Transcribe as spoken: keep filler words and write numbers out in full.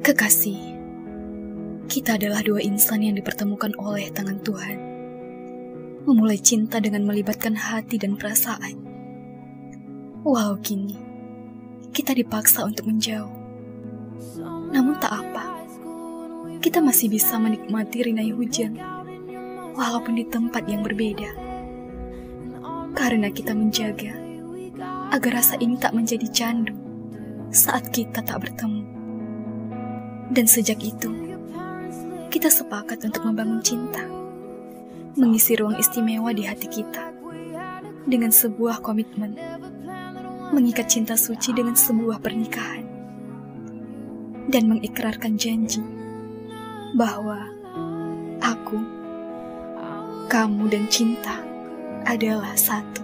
Kekasih, kita adalah dua insan yang dipertemukan oleh tangan Tuhan. Memulai cinta dengan melibatkan hati dan perasaan. Walau kini, kita dipaksa untuk menjauh. Namun tak apa, kita masih bisa menikmati rinai hujan, walaupun di tempat yang berbeda. Karena kita menjaga agar rasa ini tak menjadi candu saat kita tak bertemu. Dan sejak itu, kita sepakat untuk membangun cinta, mengisi ruang istimewa di hati kita dengan sebuah komitmen, mengikat cinta suci dengan sebuah pernikahan, dan mengikrarkan janji bahwa aku, kamu dan cinta adalah satu.